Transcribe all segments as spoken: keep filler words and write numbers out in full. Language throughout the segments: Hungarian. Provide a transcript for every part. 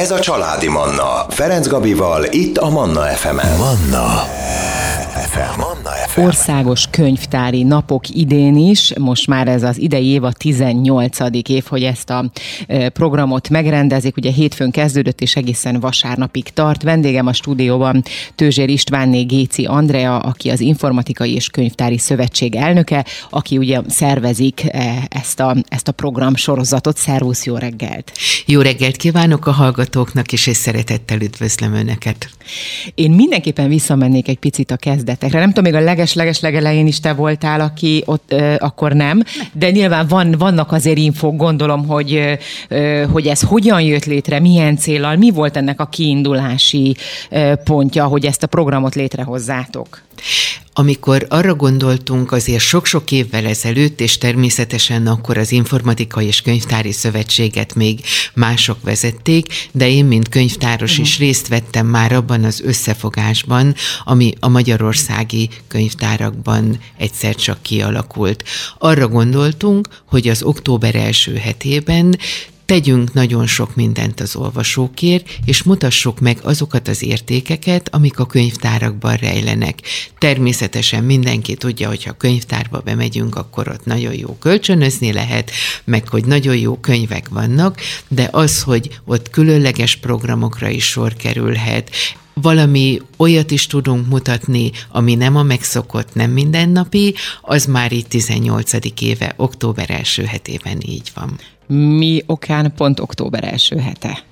Ez a Családi Manna. Ferenc Gabival, itt a Manna ef emen. Manna ef em. Manna ef em. Országos könyvtári napok idén is, most már ez az idei év a tizennyolcadik év, hogy ezt a programot megrendezik. Ugye hétfőn kezdődött, és egészen vasárnapig tart. Vendégem a stúdióban Tőzsér Istvánné Géci Andrea, aki az Informatikai és Könyvtári Szövetség elnöke, aki ugye szervezik ezt a, ezt a program sorozatot. Szervusz, jó reggelt! Jó reggelt kívánok a hallgatóknak is, és szeretettel üdvözlöm Önöket. Én mindenképpen visszamennék egy picit a kezdetekre. Nem tudom, még a leges-leges legelején is te voltál, aki ott euh, akkor nem, de nyilván van, vannak azért infók, gondolom, hogy, euh, hogy ez hogyan jött létre, milyen céllal, mi volt ennek a kiindulási euh, pontja, hogy ezt a programot létrehozzátok? Amikor arra gondoltunk azért sok-sok évvel ezelőtt, és természetesen akkor az Informatikai és Könyvtári Szövetséget még mások vezették, de én, mint könyvtáros uh-huh. is részt vettem már abban az összefogásban, ami a magyarországi könyvtárakban egyszer csak kialakult. Arra gondoltunk, hogy az október első hetében tegyünk nagyon sok mindent az olvasókért, és mutassuk meg azokat az értékeket, amik a könyvtárakban rejlenek. Természetesen mindenki tudja, hogy ha könyvtárba bemegyünk, akkor ott nagyon jó kölcsönözni lehet, meg hogy nagyon jó könyvek vannak, de az, hogy ott különleges programokra is sor kerülhet, valami olyat is tudunk mutatni, ami nem a megszokott, nem mindennapi, az már így tizennyolcadik éve, október első hetében így van. Mi okán pont október első hete?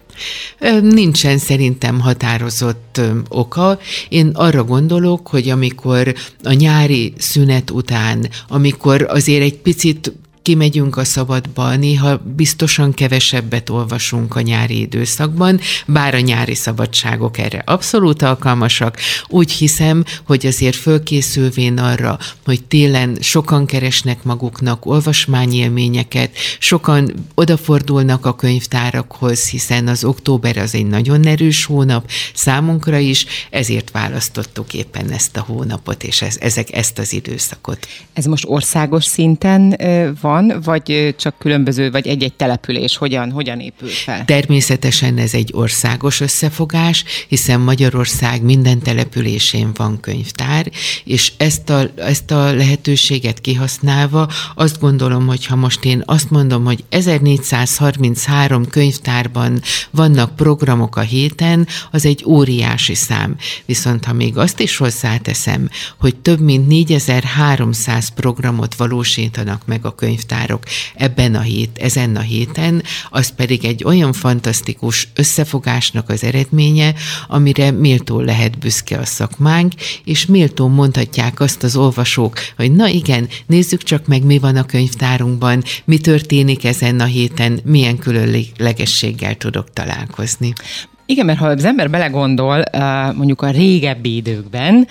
Nincsen szerintem határozott oka. Én arra gondolok, hogy amikor a nyári szünet után, amikor azért egy picit kimegyünk a szabadba, néha biztosan kevesebbet olvasunk a nyári időszakban, bár a nyári szabadságok erre abszolút alkalmasak. Úgy hiszem, hogy azért fölkészülvén arra, hogy télen sokan keresnek maguknak olvasmányélményeket, sokan odafordulnak a könyvtárakhoz, hiszen az október az egy nagyon erős hónap számunkra is, ezért választottuk éppen ezt a hónapot, és ez, ezek, ezt az időszakot. Ez most országos szinten van, van, vagy csak különböző, vagy egy-egy település, hogyan, hogyan épül fel? Természetesen ez egy országos összefogás, hiszen Magyarország minden településén van könyvtár, és ezt a, ezt a lehetőséget kihasználva azt gondolom, hogy ha most én azt mondom, hogy ezernégyszázharminchárom könyvtárban vannak programok a héten, az egy óriási szám. Viszont ha még azt is hozzáteszem, hogy több mint négyezer-háromszáz programot valósítanak meg a könyvtárok ebben a hét, ezen a héten, az pedig egy olyan fantasztikus összefogásnak az eredménye, amire méltó lehet büszke a szakmánk, és méltó mondhatják azt az olvasók, hogy na igen, nézzük csak meg, mi van a könyvtárunkban, mi történik ezen a héten, milyen különlegességgel tudok találkozni. Igen, mert ha az ember belegondol, mondjuk a régebbi időkben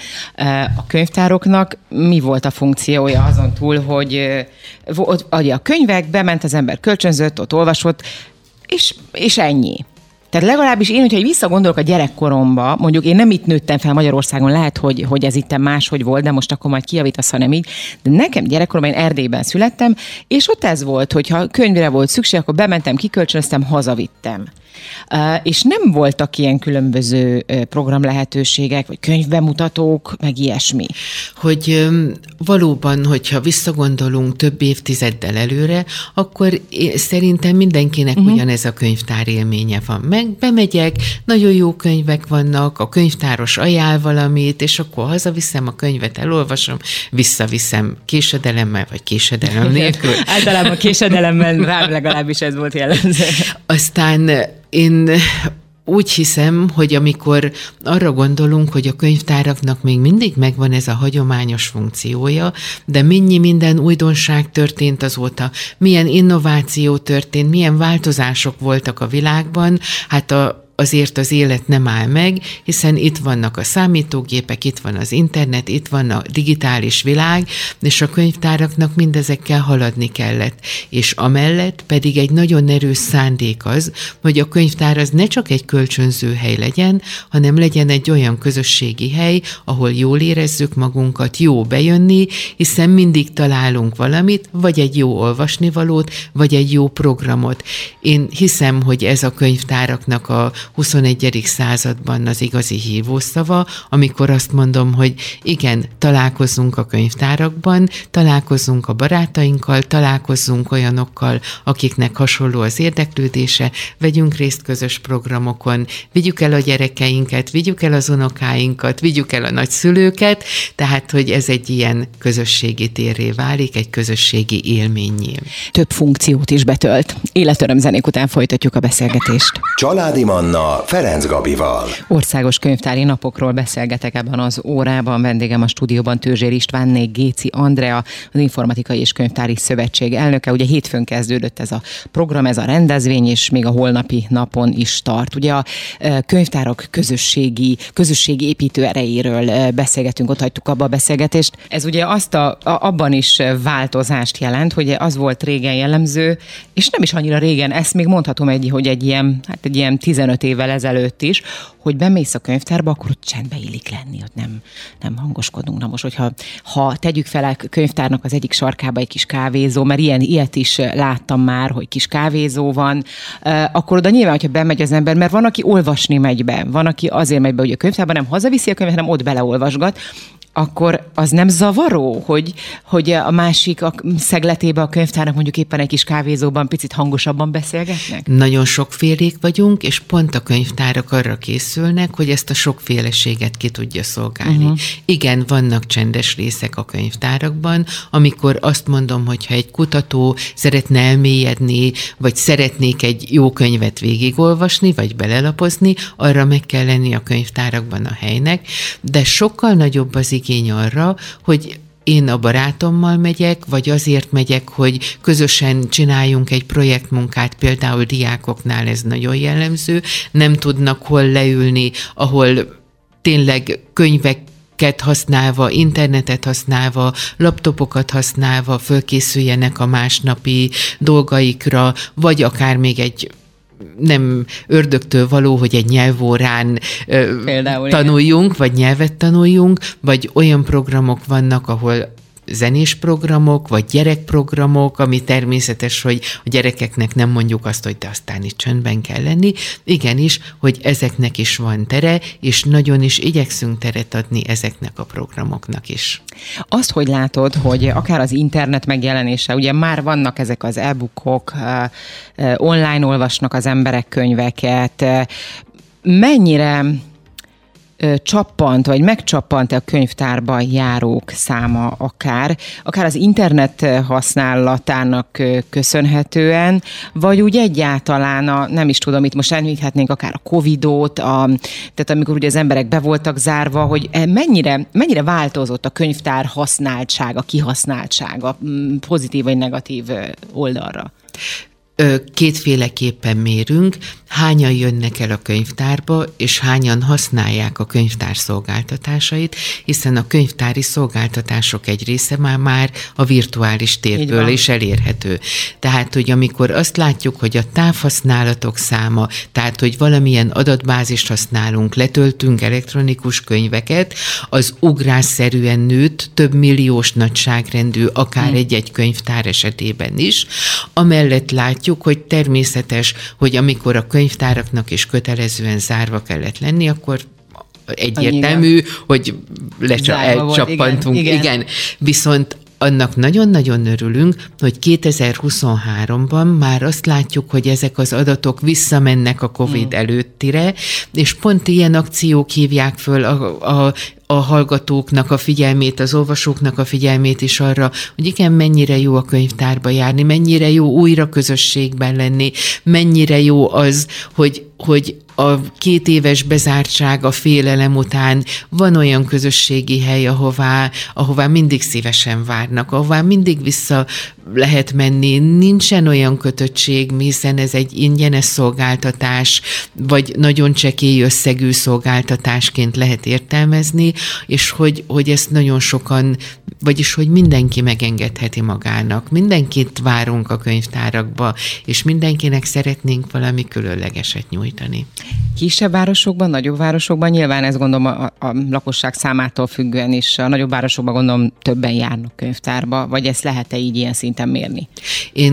a könyvtároknak mi volt a funkciója azon túl, hogy a könyvek, bement az ember, kölcsönzött, ott olvasott, és, és ennyi. Tehát legalábbis én, hogyha visszagondolok a gyerekkoromba, mondjuk én nem itt nőttem fel Magyarországon, lehet, hogy, hogy ez itt máshogy volt, de most akkor majd kijavítasz, ha nem így, de nekem gyerekkoromban én Erdélyben születtem, és ott ez volt, hogyha könyvre volt szükség, akkor bementem, kikölcsönöztem, hazavittem. Uh, és nem voltak ilyen különböző uh, programlehetőségek, vagy könyvbemutatók, meg ilyesmi. Hogy um, valóban, hogyha visszagondolunk több évtizeddel előre, akkor én, szerintem mindenkinek uh-huh. ugyanez a könyvtár élménye van. Meg bemegyek, nagyon jó könyvek vannak, a könyvtáros ajánl valamit, és akkor hazaviszem a könyvet, elolvasom, visszaviszem késedelemmel, vagy késedelem nélkül. Általában késedelemmel, rám legalábbis ez volt jellemző. Aztán én úgy hiszem, hogy amikor arra gondolunk, hogy a könyvtáraknak még mindig megvan ez a hagyományos funkciója, de mennyi minden újdonság történt azóta, milyen innováció történt, milyen változások voltak a világban, hát a azért az élet nem áll meg, hiszen itt vannak a számítógépek, itt van az internet, itt van a digitális világ, és a könyvtáraknak mindezekkel haladni kellett. És amellett pedig egy nagyon erős szándék az, hogy a könyvtár az ne csak egy kölcsönző hely legyen, hanem legyen egy olyan közösségi hely, ahol jól érezzük magunkat, jó bejönni, hiszen mindig találunk valamit, vagy egy jó olvasnivalót, vagy egy jó programot. Én hiszem, hogy ez a könyvtáraknak a huszonegyedik században az igazi hívószava, amikor azt mondom, hogy igen, találkozzunk a könyvtárakban, találkozzunk a barátainkkal, találkozzunk olyanokkal, akiknek hasonló az érdeklődése, vegyünk részt közös programokon, vigyük el a gyerekeinket, vigyük el az unokáinkat, vigyük el a nagyszülőket, tehát, hogy ez egy ilyen közösségi térré válik, egy közösségi élménnyé. Több funkciót is betölt. Életörömzenék után folytatjuk a beszélgetést. Családi Manna Ferenc Gabival. Országos könyvtári napokról beszélgetek ebben az órában. Vendégem a stúdióban Tőzsér Istvánné, Géci Andrea, az Informatikai és Könyvtári Szövetség elnöke. Ugye hétfőn kezdődött ez a program, ez a rendezvény, és még a holnapi napon is tart. Ugye a könyvtárak közösségi, közösségi építő erejéről beszélgetünk, ott hagytuk abba a beszélgetést. Ez ugye azt a, a, abban is változást jelent, hogy az volt régen jellemző, és nem is annyira régen, ezt még mondhatom egy, hogy egy ilyen, hát egy ilyen tizenöt évvel ezelőtt is, hogy bemész a könyvtárba, akkor ott csendbe illik lenni, ott nem, nem hangoskodunk. Na most, hogyha ha tegyük fel a könyvtárnak az egyik sarkába egy kis kávézó, mert ilyen, ilyet is láttam már, hogy kis kávézó van, akkor oda nyilván, hogyha bemegy az ember, mert van, aki olvasni megy be, van, aki azért megy be, hogy a könyvtárba nem hazaviszi a könyvet, hanem ott beleolvasgat, akkor az nem zavaró, hogy, hogy a másik a szegletébe a könyvtárnak mondjuk éppen egy kis kávézóban picit hangosabban beszélgetnek? Nagyon sokfélék vagyunk, és pont a könyvtárak arra készülnek, hogy ezt a sokféleséget ki tudja szolgálni. Uh-huh. Igen, vannak csendes részek a könyvtárakban, amikor azt mondom, hogy ha egy kutató szeretne elmélyedni, vagy szeretnék egy jó könyvet végigolvasni, vagy belelapozni, arra meg kell lenni a könyvtárakban a helynek, de sokkal nagyobb az igény arra, hogy én a barátommal megyek, vagy azért megyek, hogy közösen csináljunk egy projektmunkát, például diákoknál ez nagyon jellemző, nem tudnak hol leülni, ahol tényleg könyvek használva, internetet használva, laptopokat használva fölkészüljenek a másnapi dolgaikra, vagy akár még egy nem ördögtől való, hogy egy nyelvórán Például, tanuljunk, igen. vagy nyelvet tanuljunk, vagy olyan programok vannak, ahol zenés programok, vagy gyerekprogramok, ami természetes, hogy a gyerekeknek nem mondjuk azt, hogy de aztán itt csöndben kell lenni. Igenis, hogy ezeknek is van tere, és nagyon is igyekszünk teret adni ezeknek a programoknak is. Azt, hogy látod, hogy akár az internet megjelenése, ugye már vannak ezek az e-bookok, online olvasnak az emberek könyveket, mennyire csappant, vagy megcsappant a könyvtárba járók száma akár, akár az internet használatának köszönhetően, vagy úgy egyáltalán, a, nem is tudom, itt most említhetnénk akár a Covidot, a, tehát amikor ugye az emberek be voltak zárva, hogy mennyire, mennyire változott a könyvtár használtsága, kihasználtsága, pozitív vagy negatív oldalra? Kétféleképpen mérünk, hányan jönnek el a könyvtárba, és hányan használják a könyvtár szolgáltatásait, hiszen a könyvtári szolgáltatások egy része már, már a virtuális térből is elérhető. Tehát, hogy amikor azt látjuk, hogy a távhasználatok száma, tehát, hogy valamilyen adatbázist használunk, letöltünk elektronikus könyveket, az ugrásszerűen nőtt, több milliós nagyságrendű, akár hmm. egy-egy könyvtár esetében is. Amellett látjuk, hogy természetes, hogy amikor a könyvtáraknak is kötelezően zárva kellett lenni, akkor egyértelmű, Annyiga. hogy lecsa, elcsappantunk. Igen, igen. igen. Viszont annak nagyon-nagyon örülünk, hogy kétezer-huszonháromban már azt látjuk, hogy ezek az adatok visszamennek a Covid hmm. előttire, és pont ilyen akciók hívják föl a, a a hallgatóknak a figyelmét, az olvasóknak a figyelmét is arra, hogy igen, mennyire jó a könyvtárba járni, mennyire jó újra közösségben lenni, mennyire jó az, hogy, hogy a két éves bezártság, a félelem után van olyan közösségi hely, ahová, ahová mindig szívesen várnak, ahová mindig vissza lehet menni, nincsen olyan kötöttség, hiszen ez egy ingyenes szolgáltatás, vagy nagyon csekély összegű szolgáltatásként lehet értelmezni, és hogy, hogy ezt nagyon sokan, vagyis hogy mindenki megengedheti magának. Mindenkit várunk a könyvtárakba, és mindenkinek szeretnénk valami különlegeset nyújtani. Kisebb városokban, nagyobb városokban, nyilván ezt gondolom a, a lakosság számától függően is, a nagyobb városokban gondolom többen járnak könyvtárba, vagy ezt lehet-e így ilyen szinten mérni? Én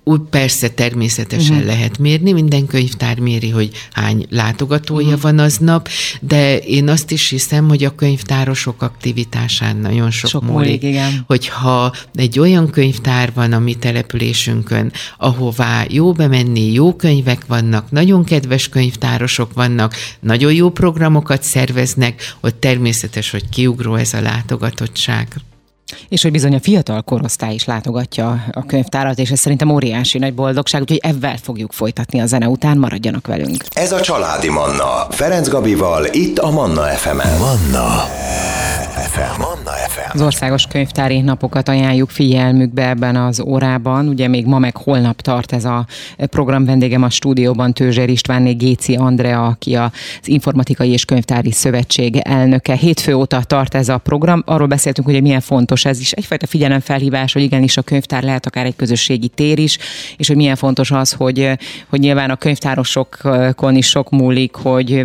Úgy persze természetesen uh-huh. lehet mérni, minden könyvtár méri, hogy hány látogatója uh-huh. van aznap, de én azt is hiszem, hogy a könyvtárosok aktivitásán nagyon sok, sok múlik. múlik Hogyha egy olyan könyvtár van a mi településünkön, ahová jó bemenni, jó könyvek vannak, nagyon kedves könyvtárosok vannak, nagyon jó programokat szerveznek, ott természetes, hogy kiugró ez a látogatottság. És hogy bizony a fiatal korosztály is látogatja a könyvtárat, és ez szerintem óriási nagy boldogság, úgyhogy ebben fogjuk folytatni a zene után, maradjanak velünk. Ez a Családi Manna, Ferenc Gabival, itt a Manna ef emen. Manna ef em. Manna ef em. Az országos könyvtári napokat ajánljuk figyelmükbe ebben az órában, ugye még ma meg holnap tart ez a program. Vendégem a stúdióban Tőzsér Istvánné Géci Andrea, aki az Informatikai és Könyvtári Szövetség elnöke. Hétfő óta tart ez a program, arról beszéltünk, hogy milyen fontos ez is, egyfajta figyelemfelhívás, hogy igenis a könyvtár lehet akár egy közösségi tér is, és hogy milyen fontos az, hogy, hogy nyilván a könyvtárosokon is sok múlik, hogy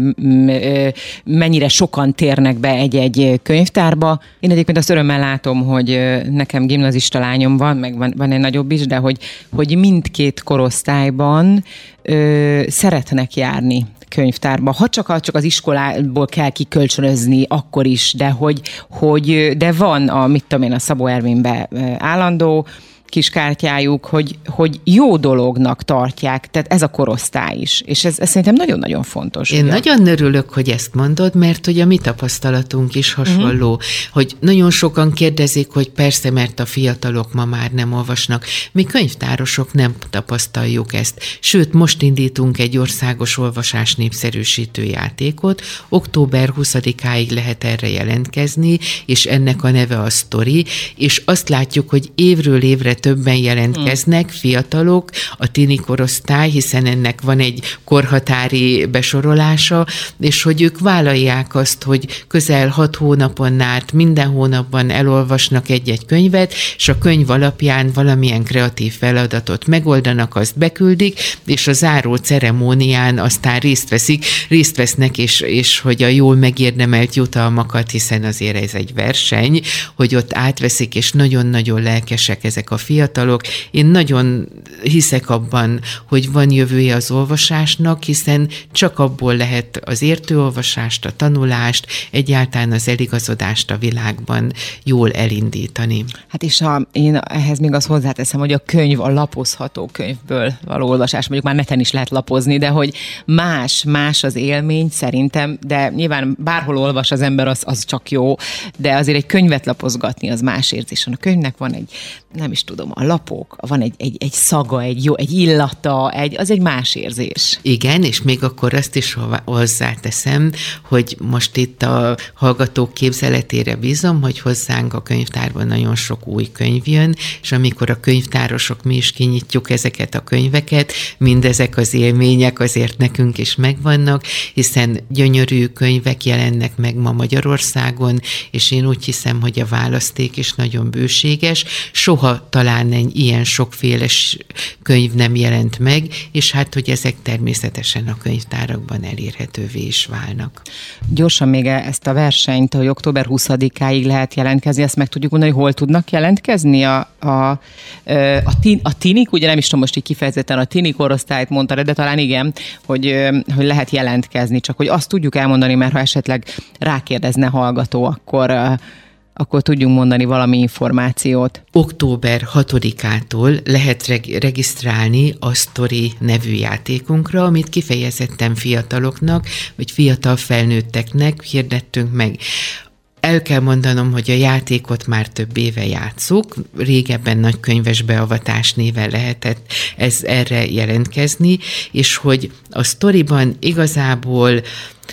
mennyire sokan térnek be egy-egy könyvtárba. Én egyébként azt örömmel látom, hogy nekem gimnazista lányom van, meg van, van egy nagyobb is, de hogy, hogy mindkét korosztályban ö, szeretnek járni könyvtárba. Ha csak, csak az iskolából kell kikölcsönözni, akkor is, de hogy, hogy de van a, mit tudom én, a Szabó Ervinbe állandó kiskártyájuk, hogy, hogy jó dolognak tartják, tehát ez a korosztály is, és ez, ez szerintem nagyon-nagyon fontos. Én ugye? Nagyon örülök, hogy ezt mondod, mert hogy a mi tapasztalatunk is hasonló, uh-huh. hogy nagyon sokan kérdezik, hogy persze, mert a fiatalok ma már nem olvasnak. Mi könyvtárosok nem tapasztaljuk ezt. Sőt, most indítunk egy országos olvasás népszerűsítő játékot, október huszadikáig lehet erre jelentkezni, és ennek a neve a Story, és azt látjuk, hogy évről évre többen jelentkeznek, fiatalok, a tini korosztály, hiszen ennek van egy korhatári besorolása, és hogy ők vállalják azt, hogy közel hat hónapon át minden hónapban elolvasnak egy-egy könyvet, és a könyv alapján valamilyen kreatív feladatot megoldanak, azt beküldik, és a záró ceremónián aztán részt veszik, részt vesznek, és, és hogy a jól megérdemelt jutalmakat, hiszen azért ez egy verseny, hogy ott átveszik, és nagyon-nagyon lelkesek ezek a fiatalok. Én nagyon hiszek abban, hogy van jövője az olvasásnak, hiszen csak abból lehet az értőolvasást, a tanulást, egyáltalán az eligazodást a világban jól elindítani. Hát és a, én ehhez még azt hozzáteszem, hogy a könyv, a lapozható könyvből való olvasás, mondjuk már neten is lehet lapozni, de hogy más, más az élmény szerintem, de nyilván bárhol olvas az ember, az, az csak jó, de azért egy könyvet lapozgatni az más érzés. A könyvnek van egy, nem is tudom, a lapok, van egy, egy, egy szaga, egy jó, egy illata, egy, az egy más érzés. Igen, és még akkor azt is hozzáteszem, hogy most itt a hallgatók képzeletére bízom, hogy hozzánk a könyvtárban nagyon sok új könyv jön, és amikor a könyvtárosok mi is kinyitjuk ezeket a könyveket, mindezek az élmények azért nekünk is megvannak, hiszen gyönyörű könyvek jelennek meg ma Magyarországon, és én úgy hiszem, hogy a választék is nagyon bőséges. Soha talán egy ilyen sokféle könyv nem jelent meg, és hát, hogy ezek természetesen a könyvtárakban elérhetővé is válnak. Gyorsan még ezt a versenyt, hogy október huszadikáig lehet jelentkezni, ezt meg tudjuk mondani, hogy hol tudnak jelentkezni a, a, a, tin, a tinik, ugye nem is tudom most így kifejezetten a tini korosztályt mondta, de talán igen, hogy, hogy lehet jelentkezni, csak hogy azt tudjuk elmondani, mert ha esetleg rákérdezne hallgató, akkor akkor tudjunk mondani valami információt. október hatodikától lehet reg- regisztrálni a Story nevű játékunkra, amit kifejezetten fiataloknak, vagy fiatal felnőtteknek hirdettünk meg. El kell mondanom, hogy a játékot már több éve játsszuk, régebben nagykönyves beavatás néven lehetett ez erre jelentkezni, és hogy a Storyban igazából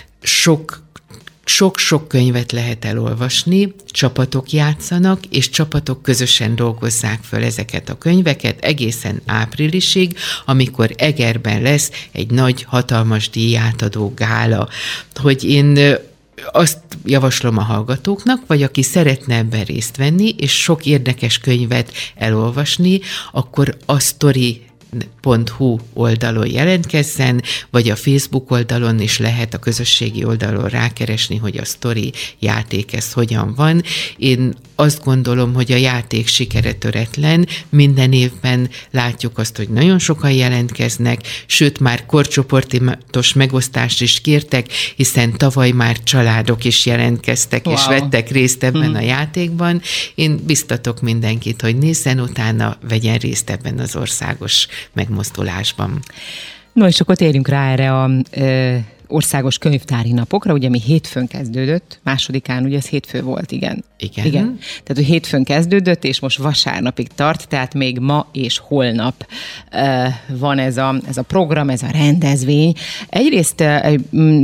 sok Sok-sok könyvet lehet elolvasni, csapatok játszanak, és csapatok közösen dolgozzák föl ezeket a könyveket egészen áprilisig, amikor Egerben lesz egy nagy, hatalmas díjátadó gála. Hogy én azt javaslom a hallgatóknak, vagy aki szeretne ebben részt venni, és sok érdekes könyvet elolvasni, akkor a Story pont hu oldalon jelentkezzen, vagy a Facebook oldalon is lehet, a közösségi oldalon rákeresni, hogy a sztori játék ez hogyan van. Én azt gondolom, hogy a játék sikere töretlen, minden évben látjuk azt, hogy nagyon sokan jelentkeznek, sőt már korcsoportos megosztást is kértek, hiszen tavaly már családok is jelentkeztek, wow. és vettek részt ebben hmm. a játékban. Én biztatok mindenkit, hogy nézzen utána, vegyen részt ebben az országos megmozdulásban. No, és akkor térjünk rá erre a ö, országos könyvtári napokra, ugye mi hétfőn kezdődött, másodikán, ugye ez hétfő volt, igen. Igen. igen. Tehát, hogy hétfőn kezdődött, és most vasárnapig tart, tehát még ma és holnap ö, van ez a, ez a program, ez a rendezvény. Egyrészt ö, ö,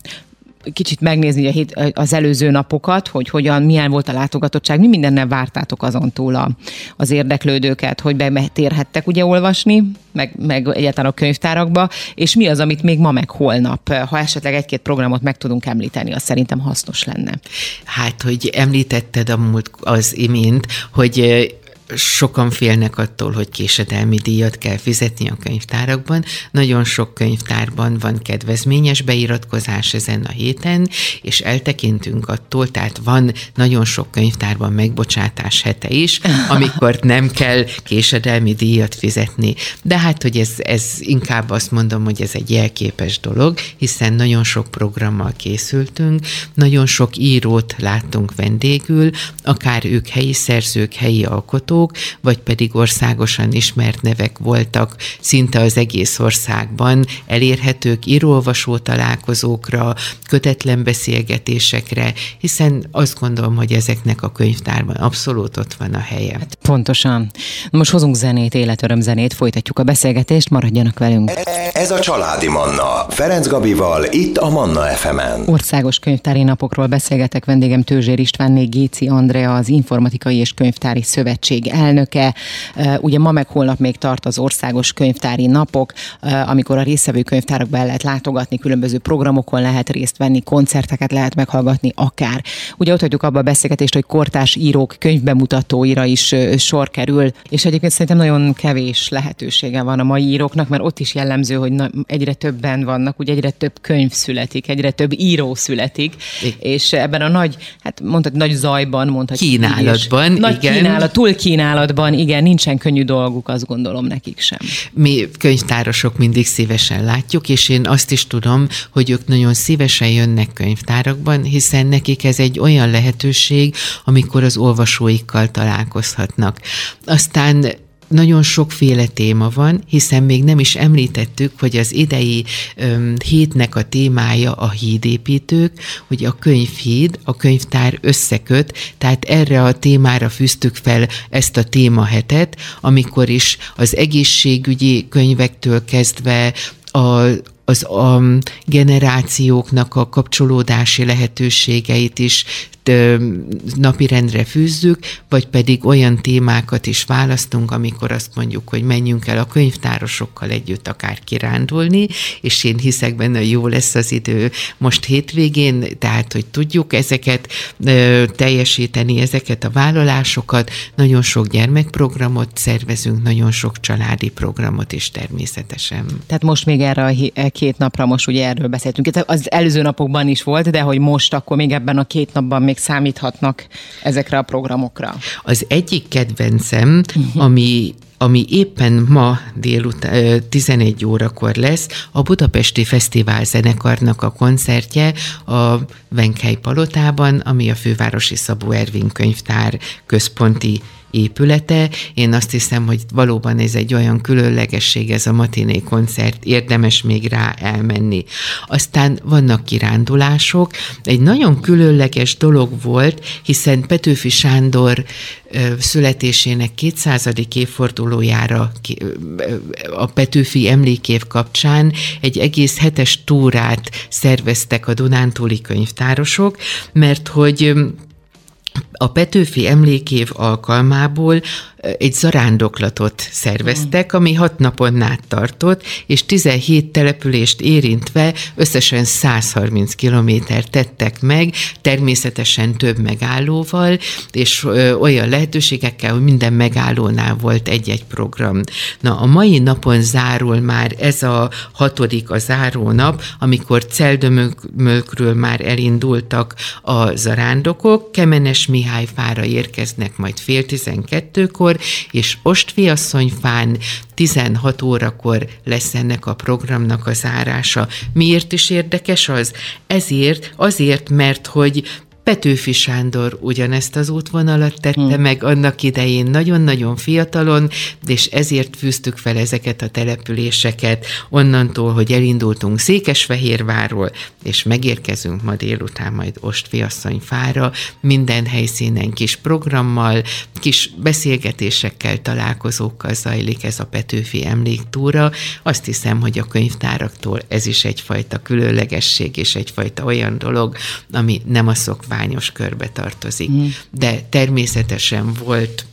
kicsit megnézni a hét, az előző napokat, hogy hogyan, milyen volt a látogatottság, mi mindennel vártátok azon túl a, az érdeklődőket, hogy betérhettek ugye olvasni, meg, meg egyáltalán a könyvtárakba, és mi az, amit még ma meg holnap, ha esetleg egy-két programot meg tudunk említeni, az szerintem hasznos lenne. Hát, hogy említetted a múlt az imént, hogy sokan félnek attól, hogy késedelmi díjat kell fizetni a könyvtárakban. Nagyon sok könyvtárban van kedvezményes beiratkozás ezen a héten, és eltekintünk attól, tehát van nagyon sok könyvtárban megbocsátás hete is, amikor nem kell késedelmi díjat fizetni. De hát, hogy ez, ez inkább azt mondom, hogy ez egy jelképes dolog, hiszen nagyon sok programmal készültünk, nagyon sok írót láttunk vendégül, akár ők helyi szerzők, helyi alkotók, vagy pedig országosan ismert nevek voltak szinte az egész országban, elérhetők író-olvasó találkozókra, kötetlen beszélgetésekre, hiszen azt gondolom, hogy ezeknek a könyvtárban abszolút ott van a helye. Hát pontosan. Most hozunk zenét, életöröm zenét, folytatjuk a beszélgetést, maradjanak velünk. Ez a Családi Manna, Ferenc Gabival, itt a Manna ef emen. Országos könyvtári napokról beszélgetek, vendégem Tőzsér Istvánné, Géci Andrea, az Informatikai és Könyvtári Szövetség elnöke. Ugye ma meg holnap még tart az országos könyvtári napok, amikor a résztvevő könyvtárakba el lehet látogatni, különböző programokon lehet részt venni, koncerteket lehet meghallgatni akár. Ugye ott hagyjuk abba a beszélgetést, hogy kortárs írók könyvbemutatóira is sor kerül, és egyébként szerintem nagyon kevés lehetősége van a mai íróknak, mert ott is jellemző, hogy na, egyre többen vannak, ugye egyre több könyv születik, egyre több író születik, I- és ebben a nagy, hát mondhatod, nagy zajban, mondhatjuk. Kínálatban, nagy igen. kínálat, túl kínálatban, igen, nincsen könnyű dolguk, azt gondolom nekik sem. Mi könyvtárosok mindig szívesen látjuk, és én azt is tudom, hogy ők nagyon szívesen jönnek könyvtárakban, hiszen nekik ez egy olyan lehetőség, amikor az olvasóikkal találkozhatnak. Aztán nagyon sokféle téma van, hiszen még nem is említettük, hogy az idei öm, hétnek a témája a hídépítők, hogy a könyvhíd, a könyvtár összeköt, tehát erre a témára fűztük fel ezt a témahetet, amikor is az egészségügyi könyvektől kezdve a az a generációknak a kapcsolódási lehetőségeit is napirendre fűzzük, vagy pedig olyan témákat is választunk, amikor azt mondjuk, hogy menjünk el a könyvtárosokkal együtt akár kirándulni, és én hiszek benne, hogy jó lesz az idő most hétvégén, tehát, hogy tudjuk ezeket ö, teljesíteni, ezeket a vállalásokat. Nagyon sok gyermekprogramot szervezünk, nagyon sok családi programot is természetesen. Tehát most még erre a két napra, most ugye erről beszéltünk. Az előző napokban is volt, de hogy most akkor még ebben a két napban még számíthatnak ezekre a programokra. Az egyik kedvencem, ami ami éppen ma délután tizenegy órakor lesz, a Budapesti Fesztivál Zenekarnak a koncertje a Wenkhely Palotában, ami a Fővárosi Szabó Ervin Könyvtár központi épülete. Én azt hiszem, hogy valóban ez egy olyan különlegesség, ez a matiné koncert, érdemes még rá elmenni. Aztán vannak kirándulások. Egy nagyon különleges dolog volt, hiszen Petőfi Sándor születésének kétszázadik évfordulójára a Petőfi emlékév kapcsán egy egész hetes túrát szerveztek a dunántúli könyvtárosok, mert hogy A Petőfi Emlékév alkalmából egy zarándoklatot szerveztek, ami hat napon át tartott, és tizenhét települést érintve összesen száz harminc kilométert tettek meg, természetesen több megállóval, és olyan lehetőségekkel, hogy minden megállónál volt egy-egy program. Na, a mai napon zárul már ez a hatodik, a zárónap, amikor Celldömölkről már elindultak a zarándokok, Kemenes-Mihályfára érkeznek majd fél tizenkettőkor, és Ostfiasszonyfán tizenhat órakor lesz ennek a programnak a zárása. Miért is érdekes az? Ezért, azért, mert hogy Petőfi Sándor ugyanezt az útvonalat tette hmm. meg annak idején nagyon-nagyon fiatalon, és ezért fűztük fel ezeket a településeket onnantól, hogy elindultunk Székesfehérvárról, és megérkezünk ma délután majd Ostfiasszonyfára, minden helyszínen kis programmal, kis beszélgetésekkel, találkozókkal zajlik ez a Petőfi emléktúra. Azt hiszem, hogy a könyvtáraktól ez is egyfajta különlegesség, és egyfajta olyan dolog, ami nem a szokványos körbe tartozik. Mm. De természetesen volt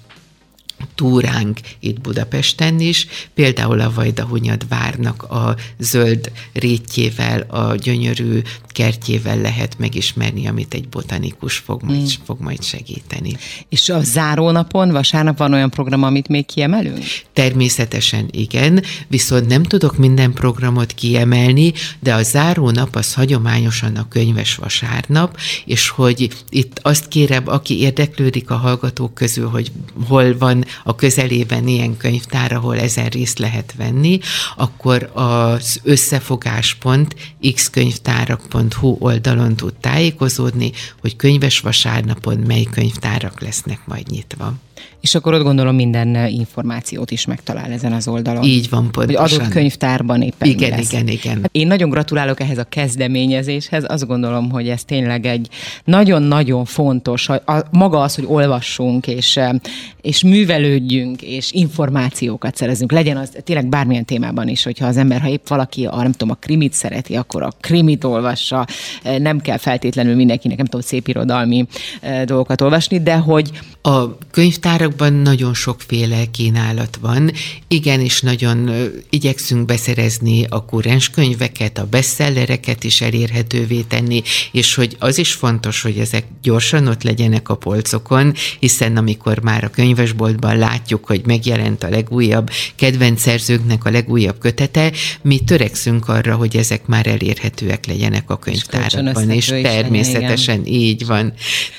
túránk itt Budapesten is, például a Vajdahunyad várnak a zöld rétjével, a gyönyörű kertjével lehet megismerni, amit egy botanikus fog majd, mm. fog majd segíteni. És a zárónapon, vasárnap van olyan program, amit még kiemelünk? Természetesen igen, viszont nem tudok minden programot kiemelni, de a zárónap az hagyományosan a könyves vasárnap, és hogy itt azt kérem, aki érdeklődik a hallgatók közül, hogy hol van a közelében ilyen könyvtár, ahol ezen részt lehet venni, akkor az összefogás.x könyvtárak pont hu oldalon tud tájékozódni, hogy könyves vasárnapon mely könyvtárak lesznek majd nyitva. És akkor ott gondolom minden információt is megtalál ezen az oldalon. Így van, pontosan. Hogy adott könyvtárban éppen igen, mi lesz. Igen, igen. Én nagyon gratulálok ehhez a kezdeményezéshez. Azt gondolom, hogy ez tényleg egy nagyon-nagyon fontos, a, a, maga az, hogy olvassunk, és, és művelődjünk, és információkat szerezünk. Legyen az tényleg bármilyen témában is, hogyha az ember, ha épp valaki a, nem tudom, a krimit szereti, akkor a krimit olvassa. Nem kell feltétlenül mindenkinek, nem tudom, szépirodalmi dolgokat olvasni, de hogy a könyvtárakban nagyon sokféle kínálat van. Igen, és nagyon igyekszünk beszerezni a kurrens könyveket, a bestsellereket is elérhetővé tenni, és hogy az is fontos, hogy ezek gyorsan ott legyenek a polcokon, hiszen amikor már a könyvesboltban látjuk, hogy megjelent a legújabb kedvenc szerzőknek a legújabb kötete, mi törekszünk arra, hogy ezek már elérhetőek legyenek a könyvtárakban, és, és természetesen legyen, így van.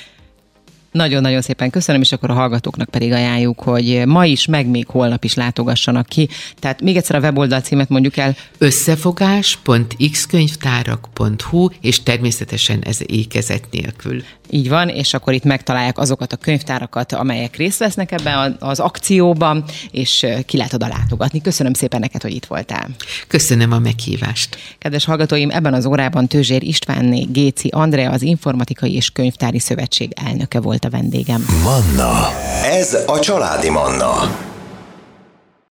Nagyon-nagyon szépen köszönöm, és akkor a hallgatóknak pedig ajánljuk, hogy ma is, meg még holnap is látogassanak ki. Tehát még egyszer a weboldal címet mondjuk el. összefogás pont x könyvtárak pont hu, és természetesen ez ékezet nélkül. Így van, és akkor itt megtalálják azokat a könyvtárakat, amelyek részt vesznek ebben az akcióban, és ki lehet oda látogatni. Köszönöm szépen neked, hogy itt voltál. Köszönöm a meghívást. Kedves hallgatóim, ebben az órában Tőzsér Istvánné Géci Andrea, az Informatikai és Könyvtári Szövetség elnöke volt a vendégem. Manna. Ez a Családi Manna.